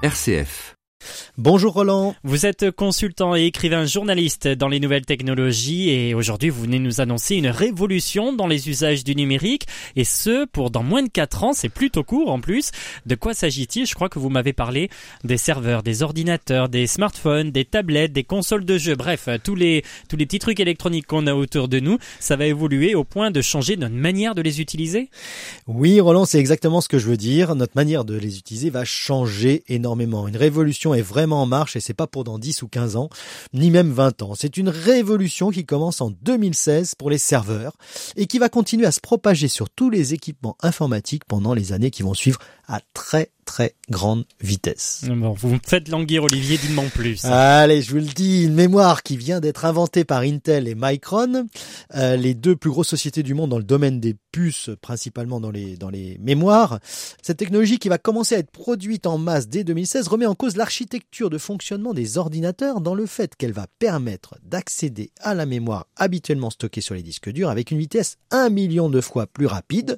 RCF. Bonjour Roland. Vous êtes consultant et écrivain journaliste dans les nouvelles technologies et aujourd'hui vous venez nous annoncer une révolution dans les usages du numérique et ce pour dans moins de 4 ans, c'est plutôt court en plus. De quoi s'agit-il ? Je crois que vous m'avez parlé des serveurs, des ordinateurs, des smartphones, des tablettes, des consoles de jeux, bref, tous les petits trucs électroniques qu'on a autour de nous, ça va évoluer au point de changer notre manière de les utiliser ? Oui Roland, c'est exactement ce que je veux dire. Notre manière de les utiliser va changer énormément. Une révolution est vraiment en marche et c'est pas pour dans 10 ou 15 ans, ni même 20 ans. C'est une révolution qui commence en 2016 pour les serveurs et qui va continuer à se propager sur tous les équipements informatiques pendant les années qui vont suivre à très grande vitesse. Bon, vous me faites languir Olivier, dites-moi en plus. Allez, je vous le dis, une mémoire qui vient d'être inventée par Intel et Micron, les deux plus grosses sociétés du monde dans le domaine des puces, principalement dans les mémoires. Cette technologie qui va commencer à être produite en masse dès 2016 remet en cause l'architecture de fonctionnement des ordinateurs dans le fait qu'elle va permettre d'accéder à la mémoire habituellement stockée sur les disques durs avec une vitesse 1 million de fois plus rapide,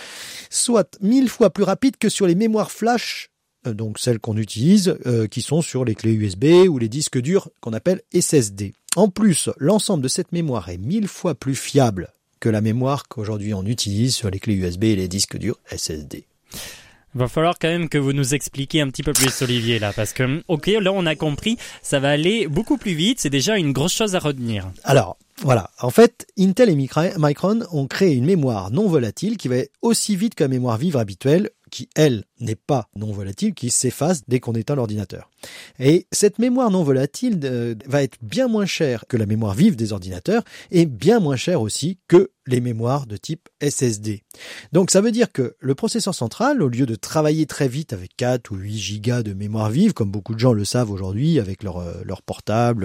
soit 1000 fois plus rapide que sur les mémoires flash, donc celles qu'on utilise, qui sont sur les clés USB ou les disques durs qu'on appelle SSD. En plus, l'ensemble de cette mémoire est 1000 fois plus fiable que la mémoire qu'aujourd'hui on utilise sur les clés USB et les disques durs SSD. Va falloir quand même que vous nous expliquiez un petit peu plus Olivier là, parce que ok, là on a compris, ça va aller beaucoup plus vite, c'est déjà une grosse chose à retenir. Alors, voilà. En fait, Intel et Micron ont créé une mémoire non volatile qui va aussi vite que la mémoire vive habituelle, qui, elle, n'est pas non volatile, qui s'efface dès qu'on éteint l'ordinateur. Et cette mémoire non volatile va être bien moins chère que la mémoire vive des ordinateurs et bien moins chère aussi que les mémoires de type SSD. Donc ça veut dire que le processeur central, au lieu de travailler très vite avec 4 ou 8 gigas de mémoire vive, comme beaucoup de gens le savent aujourd'hui avec leur portable,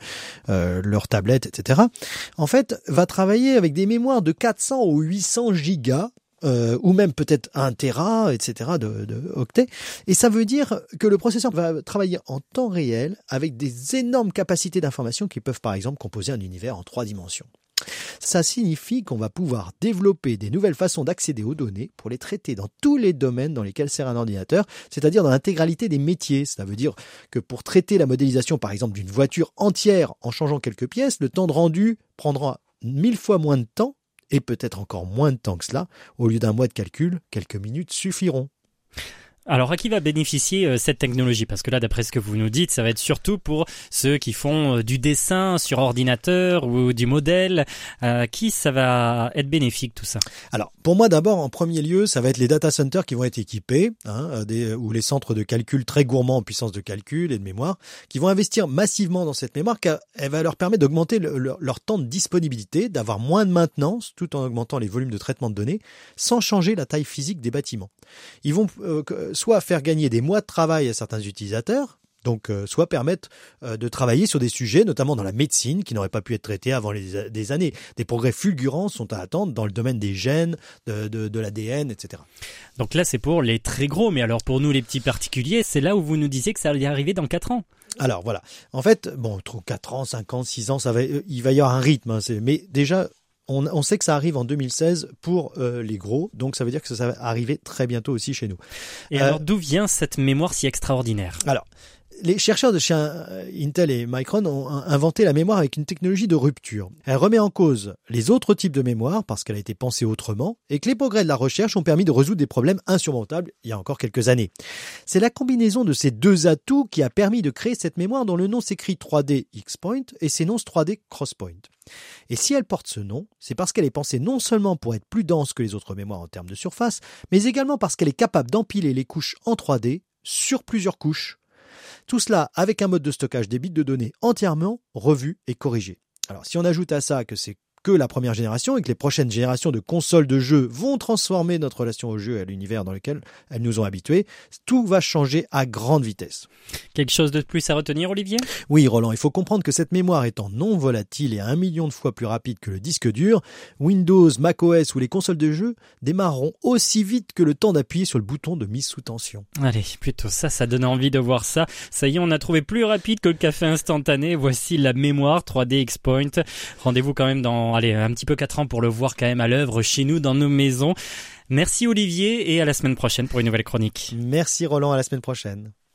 leur tablette, etc., en fait, va travailler avec des mémoires de 400 ou 800 gigas, ou même peut-être 1 Tera, etc., de octets. Et ça veut dire que le processeur va travailler en temps réel avec des énormes capacités d'information qui peuvent par exemple composer un univers en 3 dimensions. Ça signifie qu'on va pouvoir développer des nouvelles façons d'accéder aux données pour les traiter dans tous les domaines dans lesquels sert un ordinateur, c'est-à-dire dans l'intégralité des métiers. Ça veut dire que pour traiter la modélisation, par exemple, d'une voiture entière en changeant quelques pièces, le temps de rendu prendra 1000 fois moins de temps, et peut-être encore moins de temps que cela. Au lieu d'un mois de calcul, quelques minutes suffiront. Alors, à qui va bénéficier cette technologie ? Parce que là, d'après ce que vous nous dites, ça va être surtout pour ceux qui font du dessin sur ordinateur ou du modèle. Qui ça va être bénéfique, tout ça ? Alors, pour moi, d'abord, en premier lieu, ça va être les data centers qui vont être équipés, ou les centres de calcul très gourmands en puissance de calcul et de mémoire, qui vont investir massivement dans cette mémoire, car elle va leur permettre d'augmenter leur temps de disponibilité, d'avoir moins de maintenance, tout en augmentant les volumes de traitement de données, sans changer la taille physique des bâtiments. Ils vont soit faire gagner des mois de travail à certains utilisateurs, donc soit permettre de travailler sur des sujets, notamment dans la médecine, qui n'auraient pas pu être traités avant des années. Des progrès fulgurants sont à attendre dans le domaine des gènes, de l'ADN, etc. Donc là, c'est pour les très gros, mais alors pour nous, les petits particuliers, c'est là où vous nous disiez que ça allait arriver dans 4 ans. Alors voilà, en fait, 4 ans, 5 ans, 6 ans, il va y avoir un rythme, mais déjà... On sait que ça arrive en 2016 pour les gros, donc ça veut dire que ça va arriver très bientôt aussi chez nous. Et alors d'où vient cette mémoire si extraordinaire ? Alors, les chercheurs de chez Intel et Micron ont inventé la mémoire avec une technologie de rupture. Elle remet en cause les autres types de mémoire parce qu'elle a été pensée autrement et que les progrès de la recherche ont permis de résoudre des problèmes insurmontables il y a encore quelques années. C'est la combinaison de ces deux atouts qui a permis de créer cette mémoire dont le nom s'écrit 3D X-Point et s'énonce 3D Crosspoint. Et si elle porte ce nom, c'est parce qu'elle est pensée non seulement pour être plus dense que les autres mémoires en termes de surface, mais également parce qu'elle est capable d'empiler les couches en 3D sur plusieurs couches. Tout cela avec un mode de stockage des bits de données entièrement revu et corrigé. Alors si on ajoute à ça que c'est que la première génération et que les prochaines générations de consoles de jeux vont transformer notre relation au jeu et à l'univers dans lequel elles nous ont habitués, tout va changer à grande vitesse. Quelque chose de plus à retenir, Olivier ? Oui, Roland, il faut comprendre que cette mémoire étant non volatile et à 1 million de fois plus rapide que le disque dur, Windows, macOS ou les consoles de jeux démarreront aussi vite que le temps d'appuyer sur le bouton de mise sous tension. Allez, plutôt ça donne envie de voir ça. Ça y est, on a trouvé plus rapide que le café instantané. Voici la mémoire 3D X-Point. Rendez-vous quand même dans un petit peu 4 ans pour le voir quand même à l'œuvre chez nous, dans nos maisons. Merci Olivier et à la semaine prochaine pour une nouvelle chronique. Merci Roland, à la semaine prochaine.